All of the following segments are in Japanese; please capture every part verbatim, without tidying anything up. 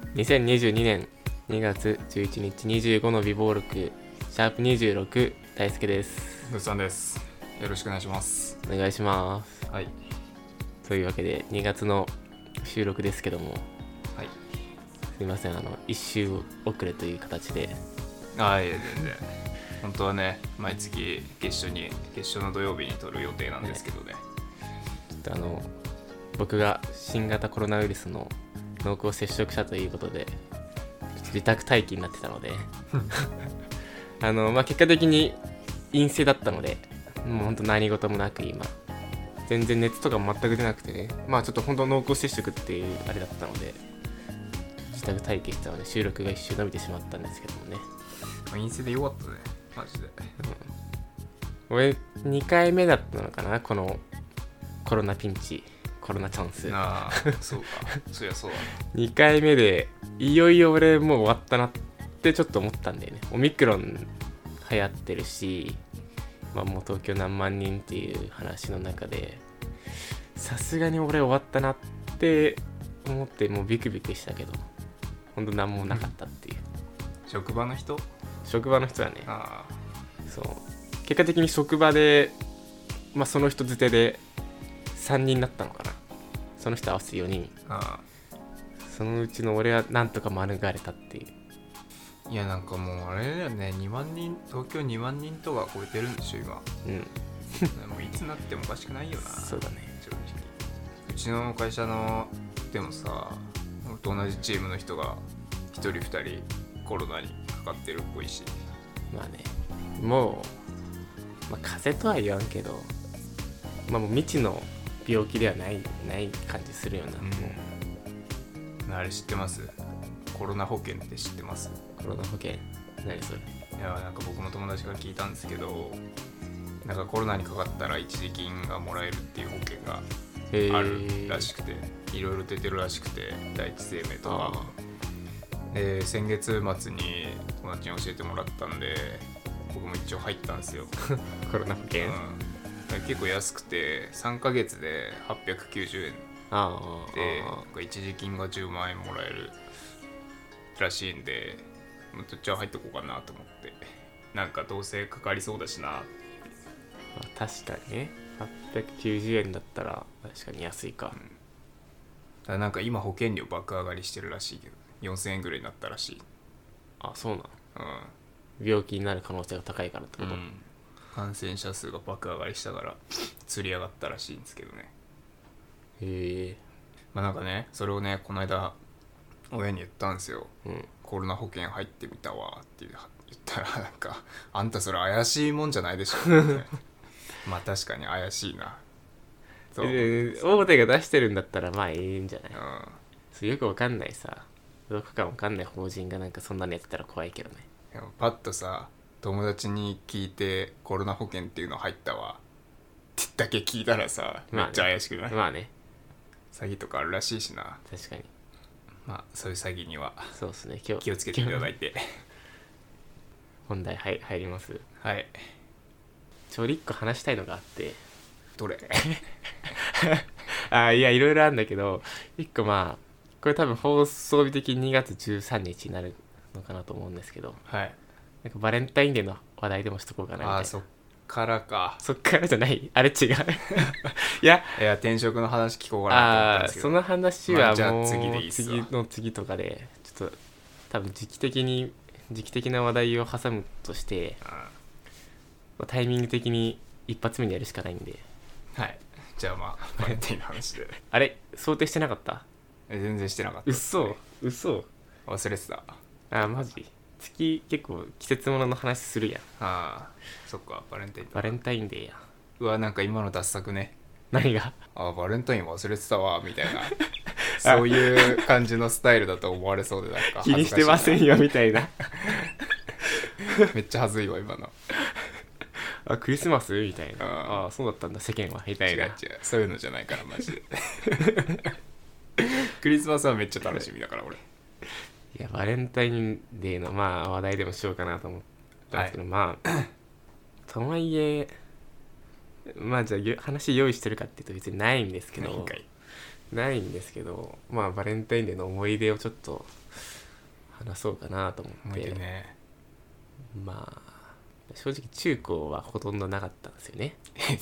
にせんにじゅうにねんにがつじゅういちにちにじゅうごの備忘録シャープにじゅうろく大輔です。 ぐっさんです。よろしくお願いします。 お願いします。 はい。 というわけでにがつの収録ですけども、 はい。 すいません、あのいっ週遅れという形で。 ああ、いや全然。本当はね、毎月月初に月初の土曜日に撮る予定なんですけどね。 ちょっとあの僕が新型コロナウイルスの濃厚接触者ということで自宅待機になってたのであの、まあ、結果的に陰性だったので、もうほんと何事もなく今全然熱とかも全く出なくてね、まあちょっと本当濃厚接触っていうあれだったので自宅待機してたので収録が一周伸びてしまったんですけどもね。 陰性でよかったね、マジで、 うん、俺にかいめだったのかな、このコロナピンチ、コロナチャンス。 ああ、そうか。そりゃそうだね。 にかいめでいよいよ俺もう終わったなってちょっと思ったんだよね。オミクロン流行ってるし、まあ、もう東京何万人っていう話の中でさすがに俺終わったなって思ってもうビクビクしたけど、ほんと何もなかったっていう、 うん、職場の人職場の人はね。 あそう結果的に職場で、まあ、その人づてでさんにんになったのかな、その人合わせてよにん。 あそのうちの俺はなんとか免れたっていう。 いやなんかもうあれだよね、にまんにん、東京にまんにんとか超えてるんでしょ今。 うんもういつなってもおかしくないよな。 そうだね、 正直。うちの会社のでもさ、俺と同じチームの人がひとりふたりコロナにかかってるっぽいし。 まあね、もう、まあ、風邪とは言わんけど、まあもう未知の病気ではないない感じするよな、 うん、 もうあれ知ってます？コロナ保険って知ってます？ コロナ保険何それ？ いやなんか僕も友達から聞いたんですけど、なんかコロナにかかったら一時金がもらえるっていう保険があるらしくて、いろいろ出てるらしくて、第一生命とか、えー、先月末に友達に教えてもらったんで僕も一応入ったんですよコロナ保険、 うん、結構安くてさんかげつではっぴゃくきゅうじゅうえんああで、なんか一時金がじゅうまんえんもらえるらしいんで、もうどっちは入っとこうかなと思って、なんかどうせかかりそうだしな。 まあ、確かにね、はっぴゃくきゅうじゅうえんだったら確かに安いか、うん、 だからなんか今保険料爆上がりしてるらしいけどよんせんえんぐらいになったらしい。 あ、そうなの、 うん、 病気になる可能性が高いからってこと、うん、 感染者数が爆上がりしたから釣り上がったらしいんですけどね。 へえ。 まあなんかね、それをねこの間親に言ったんですよ、 うん、 コロナ保険入ってみたわって言ったら、なんかあんたそれ怪しいもんじゃないでしょまあ確かに怪しいな。 そう、えー、大手が出してるんだったらまあいいんじゃない、 うん、 それよくわかんないさ、どこかわかんない法人がなんかそんなのやってたら怖いけどね。 でもパッとさ友達に聞いてコロナ保険っていうの入ったわってだけ聞いたらさ、めっちゃ怪しくない？ まあね、 詐欺とかあるらしいしな。 確かに。 まあそういう詐欺にはそうですね、今日気をつけていただいて本題入ります。 はい。 ちょいっこ話したいのがあって。 どれあ、いやいろいろあるんだけど、いっこまあこれ多分放送日的ににがつじゅうさんにちになるのかなと思うんですけど、 はい、 なんかバレンタインデーの話題でもしとこうかなみたいな。 あ、そっからか。 そっからじゃない、あれ違ういやいや転職の話聞こうかなと思ったんですけど、 あ、その話はもう、まあ、 じゃあ次でいいっすわ。 次の次とかでちょっと多分時期的に時期的な話題を挟むとして、 ああタイミング的に一発目にやるしかないんで、 はい、じゃあまあバレンタインの話であれ想定してなかった？ 全然してなかった、 ね、嘘嘘忘れてた。 あ、マジ月結構季節物の話するやん。 ああ、そっか、バレンタインバレンタインデーや。 うわ、なんか今のダッサくね。 何が？ あ、バレンタイン忘れてたわみたいなそういう感じのスタイルだと思われそうで、なんか気にしてませんよみたいなめっちゃ恥ずいわ今のあ、クリスマスみたいな。 ああ、そうだったんだ世間はみたいな。 違う違う、そういうのじゃないからマジでクリスマスはめっちゃ楽しみだから俺。 いやバレンタインデーのまあ話題でもしようかなと思ったんですけど、はい、まあとはいえまあじゃあ話用意してるかっていうと別にないんですけど、 ないんですけど、まあバレンタインデーの思い出をちょっと話そうかなと思思って。 い出ね。 まあ正直中高はほとんどなかったんですよね。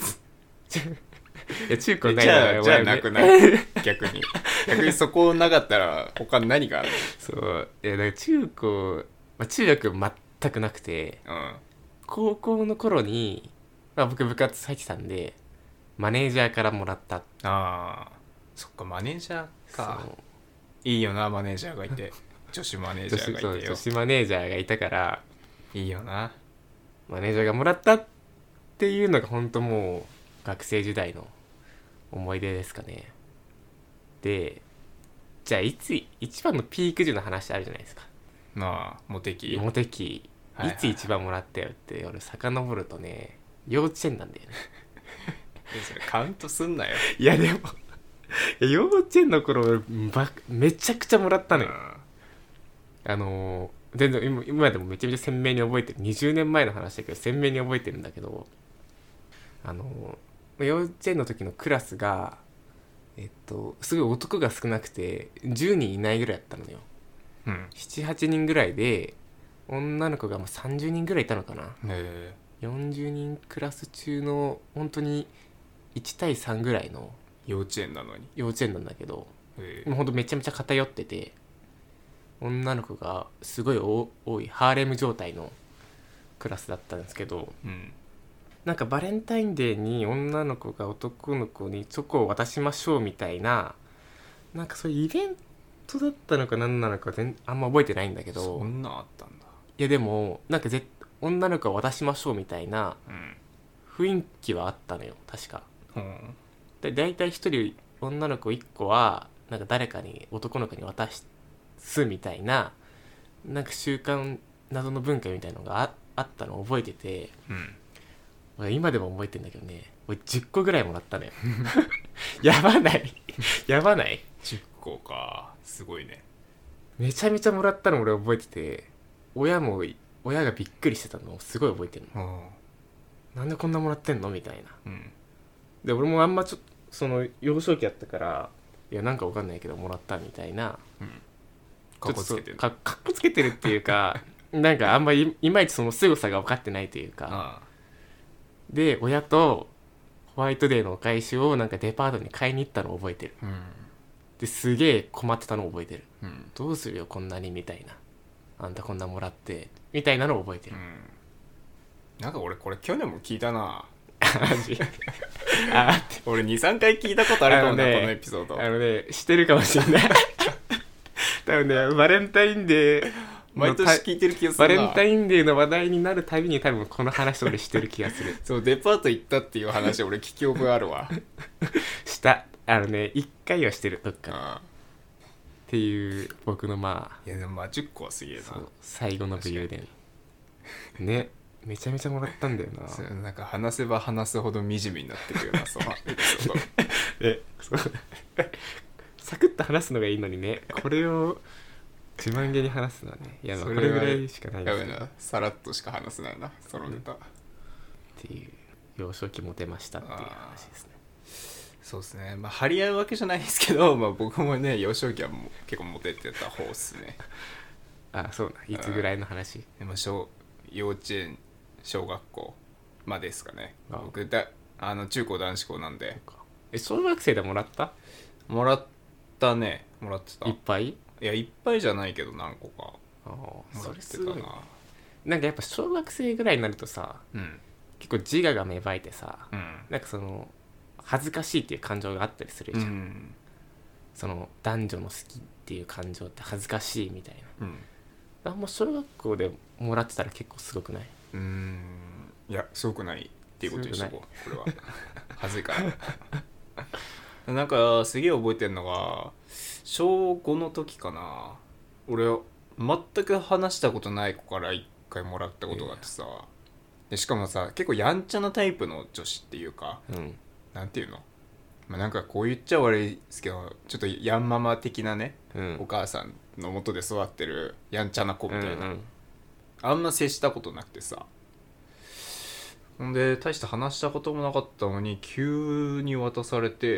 いや中高ないじゃあじゃあなくない逆に逆にそこなかったら他何があるそういやだから中高、まあ、中学全くなくて、 の？ 高校の頃に、まあ、僕部活入ってたんでマネージャーからもらった。 うん。ああ、そっか、マネージャーか。 そういいよな、マネージャーがいて。女子マネージ女子そうャーがいてよ。 女子マネージャーがいたからいいよな。 マネージャーがもらったっていうのが本当もう学生時代の思い出ですかね。でじゃあいつ一番のピーク時の話あるじゃないですか。 まあ、モテ期。 モテ期はいはいいつ一番もらったよって俺遡るとね幼稚園なんだよね。 えそれカウントすんなよ。 いやでも幼稚園の頃俺ばめちゃくちゃもらったのよ。あのー全然今今でもめちゃめちゃ鮮明に覚えてる。にじゅうねんまえの話だけど鮮明に覚えてるんだけど、あのー幼稚園の時のクラスがえっとすごい男が少なくてじゅうにんいないぐらいだったのよ。 うん。 ななはちにんぐらいで女の子がもうさんじゅうにんぐらいいたのかな。 えよんじゅうにんクラス中の本当にいち対さんぐらいのー、幼稚園なのに。 幼稚園なんだけど、 えもうほんとめちゃめちゃ偏ってて女の子がすごい多多いハーレム状態のクラスだったんですけど、 ー、うん。 なんかバレンタインデーに女の子が男の子にチョコを渡しましょうみたいな、なんかそういうイベントだったのか何なのか全あんま覚えてないんだけど、 そんなんあったんだ。 いやでもなんかぜ女の子を渡しましょうみたいな雰囲気はあったのよ確か。 うん。うん。 で大体一人女の子一個はなんか誰かに男の子に渡すみたいな、なんか習慣謎の文化みたいのが あ, あったのを覚えてて、 うん。 俺今でも覚えてんだけどね、俺じゅっこぐらいもらったのよ。やばないやばない。 じゅっこか。すごいね。 めちゃめちゃもらったの俺覚えてて、親も親がびっくりしてたのをすごい覚えてるの。 うん。 なんでこんなもらってんのみたいな。 うん。 で俺もあんまちょっとその幼少期やったから、いやなんかわかんないけどもらったみたいな、 うん。かっこつけてる。 かかっこつけてるっていうかなんかあんまり い, いまいちその凄さが分かってないというか、 あで親とホワイトデーのお返しをなんかデパートに買いに行ったのを覚えてる。 あ。うん。 ですげえ困ってたのを覚えてる。 うん。 どうするよこんなにみたいな、あんたこんなもらってみたいなのを覚えてる。 うん。なんか俺これ去年も聞いたな。 マジあ俺にさんかい聞いたことあるかもね、 あのねこのエピソード。 あのねしてるかもしれない多分ねバレンタインデー毎年聞いてる気がすバるな。 レンタインデーの話題になるたびに多分この話俺してる気がする。 そう、デパート行ったっていう話俺聞き覚えあるわ。 したあのねいっかいはしてるどっかでっあていう僕のまあいやでもまあじゅっこはすげえな。 そう最後の武勇伝ね、めちゃめちゃもらったんだよな。 そうなんか話せば話すほど惨めになってくるよな、そのエピソード。 えそうサクッと話すのがいいのにね、これを自慢げに話すのはね、いやまあこれぐらいしかないですよやべな、さらっとしか話せないな、そのネタ。 っていう幼少期モテましたっていう話ですね。 そうですね、まあ張り合うわけじゃないですけど、まあ、僕もね幼少期はもう結構モテてた方っすね。 あそうないつぐらいの話。 でも小幼稚園小学校までですかね。 あ僕だあの中高男子校なんで。 え小学生でもらった？ もらったね、もらってた。 いっぱい？ いやいっぱいじゃないけど何個かあもあそらってたれすごいね。 な。 なんかやっぱ小学生ぐらいになるとさ、 うん結構自我が芽生えてさ、 うんなんかその恥ずかしいっていう感情があったりするじゃん、 うんその男女の好きっていう感情って恥ずかしいみたいうんな。あんま小学校でもらってたら結構すごくない？ うーんいやすごくないっていうことにしとこうこれは恥ずいからなんかすげえ覚えてるのが小ごの時かな。俺全く話したことない子から一回もらったことがあってさ、でしかもさ結構やんちゃなタイプの女子っていうか、 うんなんていうの、まあ、なんかこう言っちゃ悪いですけどちょっとヤンママ的なね、 うんお母さんの元で育ってるやんちゃな子みたいな、 うんうんあんま接したことなくてさ、ほんで大して話したこともなかったのに急に渡されて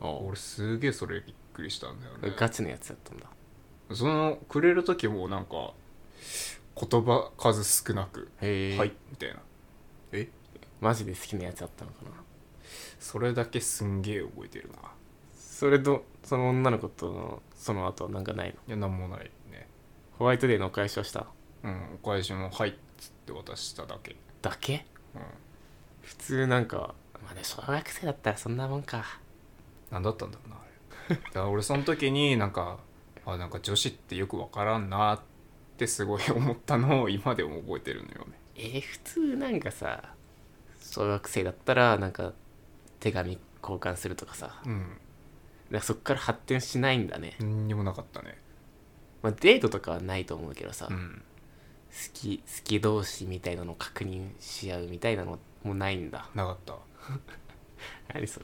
俺すげえそれびっくりしたんだよね。 ガチのやつだったんだ。 そのくれる時もなんか言葉数少なくへえ。 はいみたいな。えマジで好きなやつだったのかな。 それだけすんげえ覚えてるな。 それとその女の子とのその後はなんかないの？ いやなんもないね。 ホワイトデーのお返しをした？ うんお返しもはいっつって渡しただけ。 だけ？ うん。 普通なんかまあね小学生だったらそんなもんか。 なんだったんだろうなあれ。だから俺その時になんかあなんか女子ってよくわからんなってすごい思ったのを今でも覚えてるのよね。 えー、普通なんかさ小学生だったらなんか手紙交換するとかさ、 うん。 だからそっから発展しないんだね。 何にもなかったね。 まあ、デートとかはないと思うけどさ、好うん。 き好き同士みたいなのを確認し合うみたいなのもないんだ。 なかった。 何それ。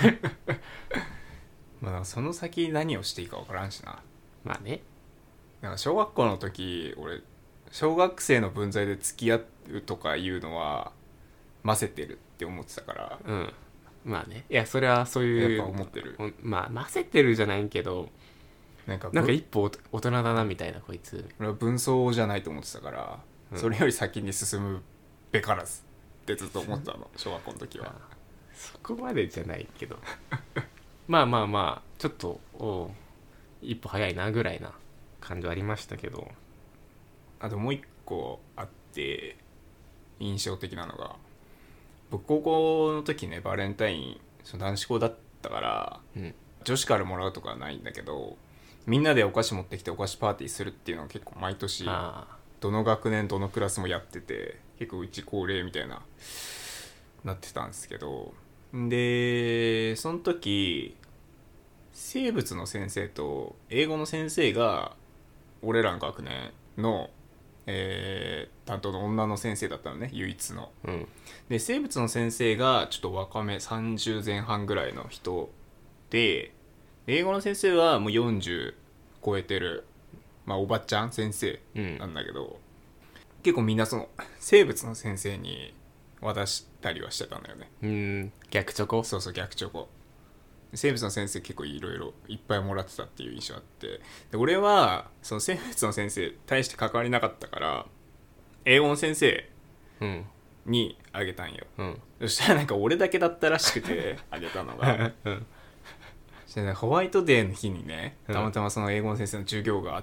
まあなんかその先何をしていいかわからんしな。 まあね。 なんか小学校の時俺小学生の分際で付き合うとかいうのはませてるって思ってたから。 うん。まあね。いやそれはそういうやっぱ思ってる。 まあませてるじゃないけど、 なんかなんか一歩大人だなみたいなこいつ。 俺は分相じゃないと思ってたから、 うん、 それより先に進むべからずってずっと思ってたの小学校の時は。 そこまでじゃないけどまあまあまあちょっとお一歩早いなぐらいな感じはありましたけど。 あともう一個あって印象的なのが、僕高校の時ねバレンタインその男子校だったから、 うん、 女子からもらうとかはないんだけど、みんなでお菓子持ってきてお菓子パーティーするっていうのを結構毎年どの学年どのクラスもやってて、結構うち恒例みたいななってたんですけど、でその時生物の先生と英語の先生が俺らの学年の、えー、担当の女の先生だったのね、唯一の、 うん、 で生物の先生がちょっと若めさんじゅうぜん半ぐらいの人で、英語の先生はもうよんじゅう超えてる、まあ、おばちゃん先生なんだけど、うん、結構みんなその生物の先生に渡したりはしてたんだよね。 うーん、逆チョコ。 そうそう逆チョコ。生物の先生結構いろいろいっぱいもらってたっていう印象あって、で俺はその生物の先生大して関わりなかったから英語の先生にあげたんよ、うん、そしたらなんか俺だけだったらしくてあげたのが、うん、そしたらホワイトデーの日にね、たまたまその英語の先生の授業があって、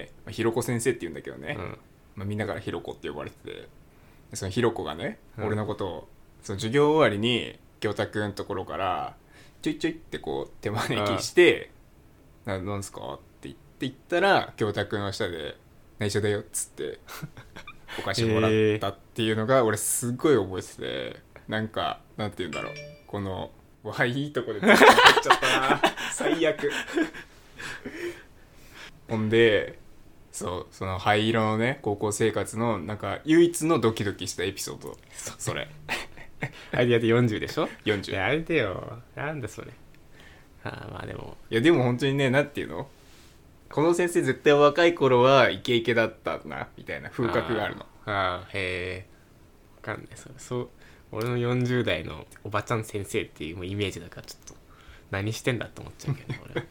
まあ、ひろこ先生って言うんだけどね、うん、まあ、みんなからひろこって呼ばれてて、そのひろこがね、うん、俺のことをその授業終わりに京太くんのところからちょいちょいってこう手招きして「ななんすか?」って言って言ったら京太くんの下で「内緒だよ」っつってお菓子もらったっていうのが俺すごい覚えてて、なんかなんて言うんだろう、このわいいとこで入っちゃったな最悪ほんでそうその灰色のね高校生活のなんか唯一のドキドキしたエピソード、それあれやってよんじゅうでしょ。 よんじゅう。 やめてよ、なんだそれ。ああまあでもいやでも本当にね、なんていうの、この先生絶対若い頃はイケイケだったなみたいな風格があるの。 ああへえ、分かんない。それそう俺のよんじゅう代のおばちゃん先生っていうイメージだからちょっと何してんだって思っちゃうけど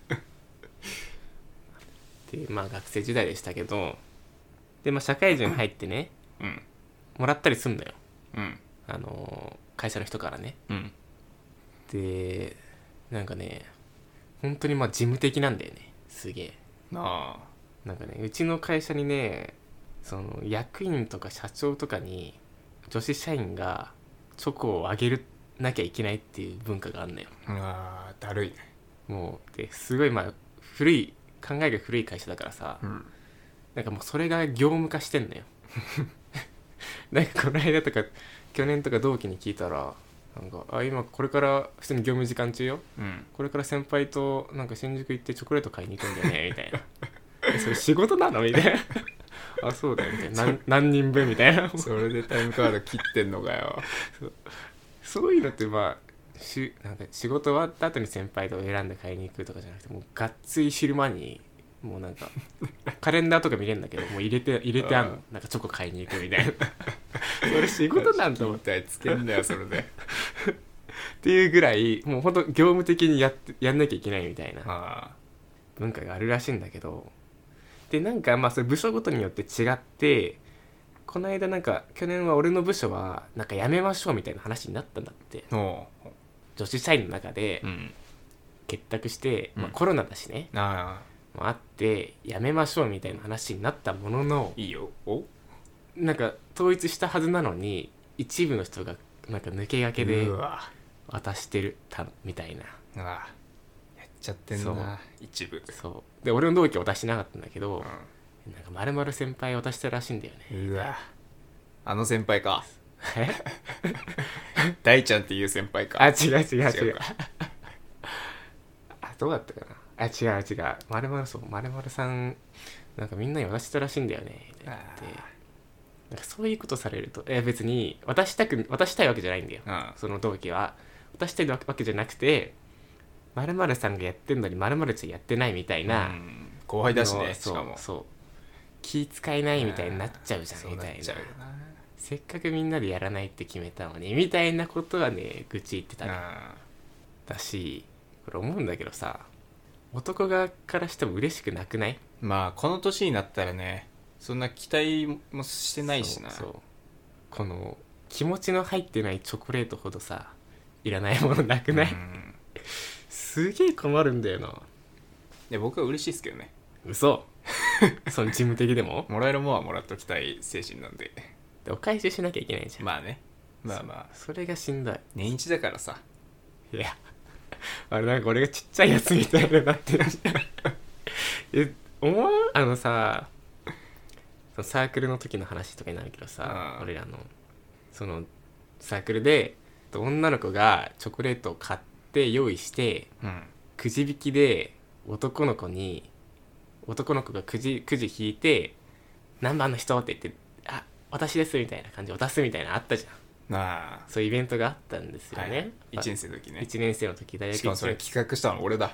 俺でまあ学生時代でしたけど、でまあ社会人入ってね、うん、もらったりすんだよ、うん、あの会社の人からね、うん、でなんかね本当にまあ事務的なんだよね、すげえなあ。なんかねうちの会社にね、その役員とか社長とかに女子社員がチョコをあげるなきゃいけないっていう文化があんのよ。 あーだるいね。 もうですごいまあ古い考えが古い会社だからさ、うん、なんかもうそれが業務化してんのよなんかこの間とか去年とか同期に聞いたら、なんかあ今これから普通に業務時間中よ、うん、これから先輩となんか新宿行ってチョコレート買いに行くんだよねみたいなそれ仕事なのみたいなあそうだよみたいな 何, 何人分みたいなそれでタイムカード切ってんのかよそう、そういうのってまあしなんか仕事終わった後に先輩と選んで買いに行くとかじゃなくて、もうがっつり昼間にもうなんかカレンダーとか見れるんだけど、もう入れて入れてあんの、なんかチョコ買いに行くみたいなそれ仕事なんと思ってつけんだよそれでっっていうぐらいもうほんと業務的にやってやんなきゃいけないみたいなあ文化があるらしいんだけど、でなんかまあそれ部署ごとによって違って、この間なんか去年は俺の部署はなんかやめましょうみたいな話になったんだって。 お女子社員の中でうん結託して、 うんまあ、コロナだしね、 あもあってやめましょうみたいな話になったものの、 いいよおなんか統一したはずなのに一部の人がなんか抜け駆けでうわ渡してるたみたいな。 うわやっちゃってんそうな一部そうで俺の同期は渡してなかったんだけど、 うなんか丸々先輩渡したらしいんだよね。 んうわあの先輩かえ大ちゃんっていう先輩かあ違う違う違う違うかあどうだったかなあ違う違う丸々そう丸々さんなんかみんなに渡したらしいんだよねって言って、なんかそういうことされるとえ別に渡したく渡したいわけじゃないんだよ、 あその同期は渡したいわけじゃなくて〇〇さんがやってんのに〇〇ちゃんやってないみたいな、 うん後輩だしねしそうかもそう気使えないみたいになっちゃうじゃんそうみたいな、 なっちゃうよなせっかくみんなでやらないって決めたのにみたいなことはね愚痴言ってたね。 あだしこれ思うんだけどさ、男側からしても嬉しくなくない？ まあこの年になったらねそんな期待もしてないしな。 そうそうこの気持ちの入ってないチョコレートほどさいらないものなくない？ うん、 すげえ困るんだよな。 いや僕は嬉しいですけどね。 嘘その事務的でももらえるもんはもらっときたい精神なんで。 でお返ししなきゃいけないじゃん。 まあねまあまあそれがしんどい。 年一だからさ。 いやあれなんか俺がちっちゃいやつみたいになってるじゃんえ思わんあのさそのサークルの時の話とかになるけどさ、俺らのそのサークルで女の子がチョコレートを買って用意して、 うん、 くじ引きで男の子に男の子がくじくじ引いて何番の人って言ってあ私ですみたいな感じで渡すみたいなのあったじゃん。 ああそういうイベントがあったんですよね、はい、 いちねん生の時ね。 いちねん生の時大学しかもそれ企画したの俺だ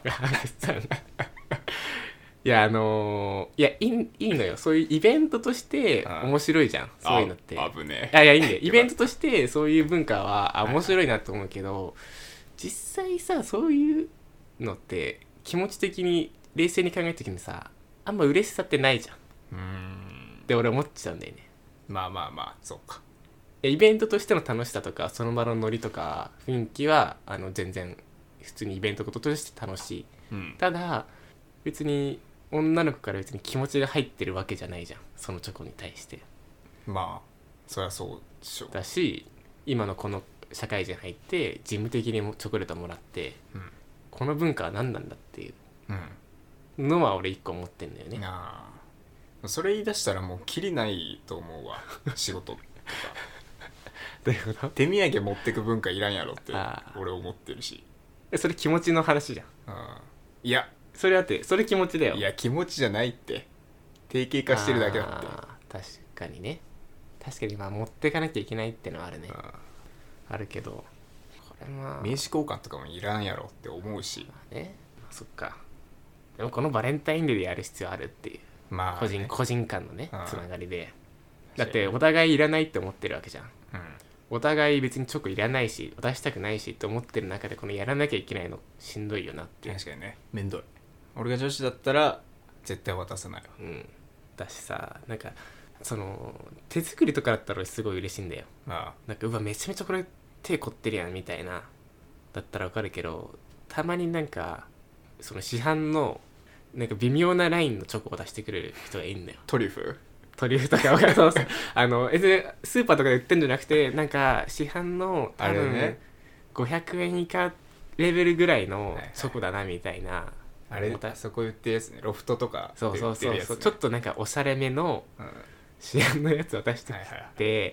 いやあのー、いやいいいいのよそういうイベントとして面白いじゃん、そういうのってあぶねいやいやいいんだよイベントとしてそういう文化はあ面白いなと思うけど、実際さそういうのって気持ち的に冷静に考えた時にさあんま嬉しさってないじゃん。 うーんって俺思っちゃうんだよね。 まあまあまあそうか。 イベントとしての楽しさとかその場のノリとか雰囲気はあの全然普通にイベントとして楽しい、 うん、 ただ別に女の子から別に気持ちが入ってるわけじゃないじゃんそのチョコに対して。 まあそりゃそうでしょだし今のこの社会人入って事務的にもチョコレートもらって、うん、この文化は何なんだっていうのは俺一個思ってんだよね、うん、 あそれ言い出したらもうキリないと思うわ仕事とかどういうこと？ 手土産持ってく文化いらんやろって俺思ってるし。 それ気持ちの話じゃん。 あいやそれだってそれ気持ちだよ。 いや気持ちじゃないって定型化してるだけだって。 確かにね確かにまあ持ってかなきゃいけないってのはあるね。 あ, あるけどこれまあ名刺交換とかもいらんやろって思うし、 まあね、そっか。でもこのバレンタインデーでやる必要あるっていう、まあね、個人個人間のねつながりで、だってお互いいらないって思ってるわけじゃん、うん、お互い別にチョコいらないし渡したくないしって思ってる中でこのやらなきゃいけないのしんどいよなっていう。 確かにねめんどい。俺が女子だったら絶対渡さないわ。 うんだしさなんかその手作りとかだったらすごい嬉しいんだよ。ああなんかうわめちゃめちゃこれ手凝ってるやんみたいなだったらわかるけど、たまになんかその市販のなんか微妙なラインのチョコを出してくれる人がいいんだよ。 トリュフトリュフとかそうそうあのスーパーとかで売ってるんじゃなくてなんか市販の多分、ね、ごひゃくえん以下レベルぐらいのチョコだなみたいな、 はいはい、あれそこ売ってるやつねロフトとかで売ってるやつ、ね、そうそうそうそうちょっとなんかおしゃれめの市販のやつを出してきて、はいはい、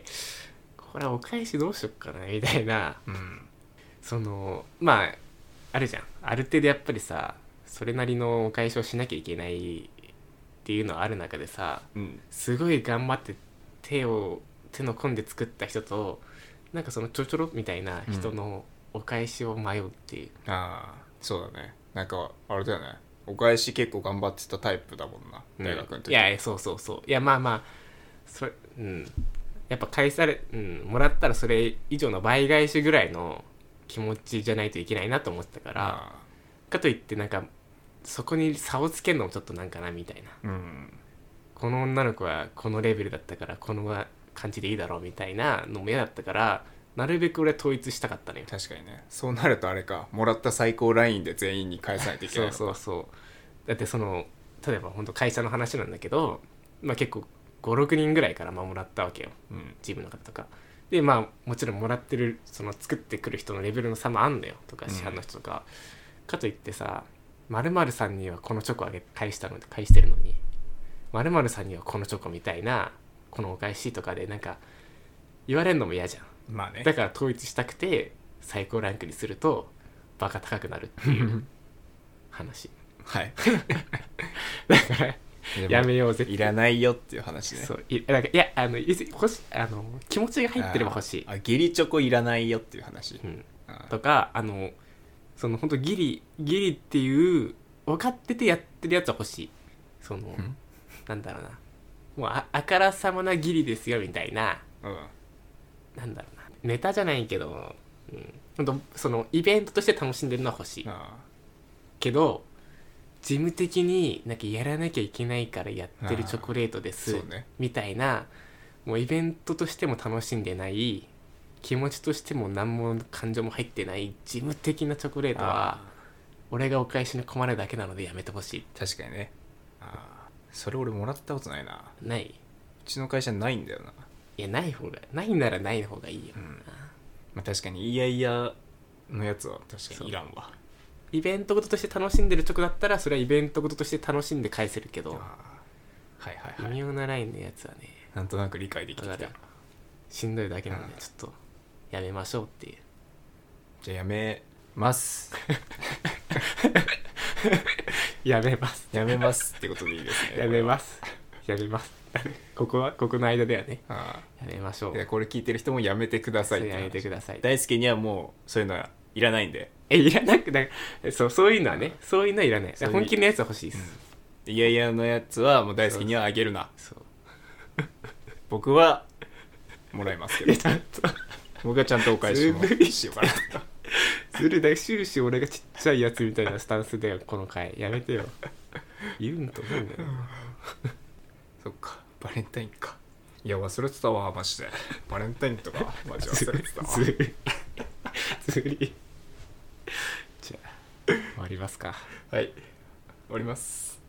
これお返しどうしよっかなみたいな、うん、そのまああるじゃんある程度やっぱりさそれなりのお返しをしなきゃいけないっていうのはある中でさ、うん、すごい頑張って手を手の込んで作った人となんかそのちょちょろみたいな人のお返しを迷うっていう、 うん、ああそうだねなんかあれだよねお返し結構頑張ってたタイプだもんな、うん、大学の時。 いやそうそうそういやまあまあそれうんやっぱ返され、うん、もらったらそれ以上の倍返しぐらいの気持ちじゃないといけないなと思ってたから、 あかといってなんかそこに差をつけるのもちょっとなんかなみたいな、 ーうんこの女の子はこのレベルだったからこの感じでいいだろうみたいなのも嫌だったから、なるべく俺は統一したかったのよ。 確かにね。そうなるとあれか、もらった最高ラインで全員に返さないといけないのか。 そうそうそう。だってその例えば本当会社の話なんだけど、まあ、結構ごろくにんぐらいからまあもらったわけよ、 うん、 チームの方とかで。まあもちろんもらってるその作ってくる人のレベルの差もあんだよとか、市販の人とか、うん、かといってさ〇〇さんにはこのチョコあげ返したので返してるのに〇〇さんにはこのチョコみたいなこのお返しとかでなんか言われるのも嫌じゃん。 まあね。 だから統一したくて最高ランクにするとバカ高くなるっていう話はいだからやめようぜっていらないよっていう話ね。 そういなんかいやあの欲しあの気持ちが入ってれば欲しい。 ああ義理チョコいらないよっていう話、 うん、 あとかあのその本当ギリギリっていう分かっててやってるやつは欲しい。そのなんだろうな、もう あ, あからさまなギリですよみたいな、 うん、 なんだろうな、ネタじゃないけど、うん、本当そのイベントとして楽しんでるのは欲しいあけど、事務的になんかやらなきゃいけないからやってるチョコレートです、 ね、 みたいな、もうイベントとしても楽しんでない、気持ちとしても何も感情も入ってない事務的なチョコレートは俺がお返しに困るだけなのでやめてほしい。 確かにね。あそれ俺もらったことないな。 ない？ うちの会社ないんだよな。 いやない方がないならない方がいいよ、 うん、まあ、確かにいやいやのやつは確かにいらんわ。 イベントごととして楽しんでるチョコだったらそれはイベントごととして楽しんで返せるけど、 はいはいはい、 微妙なラインのやつはねなんとなく理解できてきた。 しんどいだけなんでちょっとやめましょうっていう。 じゃあやめますやめますやめますってことでいいですね。 やめますやめますここはここの間ではね、 ああやめましょう。 でこれ聞いてる人もやめてくださいって。 やめてください。 大輔にはもうそういうのはいらないんで。 えいらなくないそうそういうのはね、そういうのはいらない。本気のやつは欲しいです、 うん、いやいやのやつはもう大輔にはあげるな。 そう僕はもらいますけど、ちゃんと僕はちゃんとお返しもしようかなずるだよ、終始俺がちっちゃいやつみたいなスタンスだよこの回。やめてよ言うんと思うんだよそっか、バレンタインか。いや忘れてたわマジで。バレンタインとかマジ忘れてたわずるいずるいじゃあ終わりますか。 はい終わります。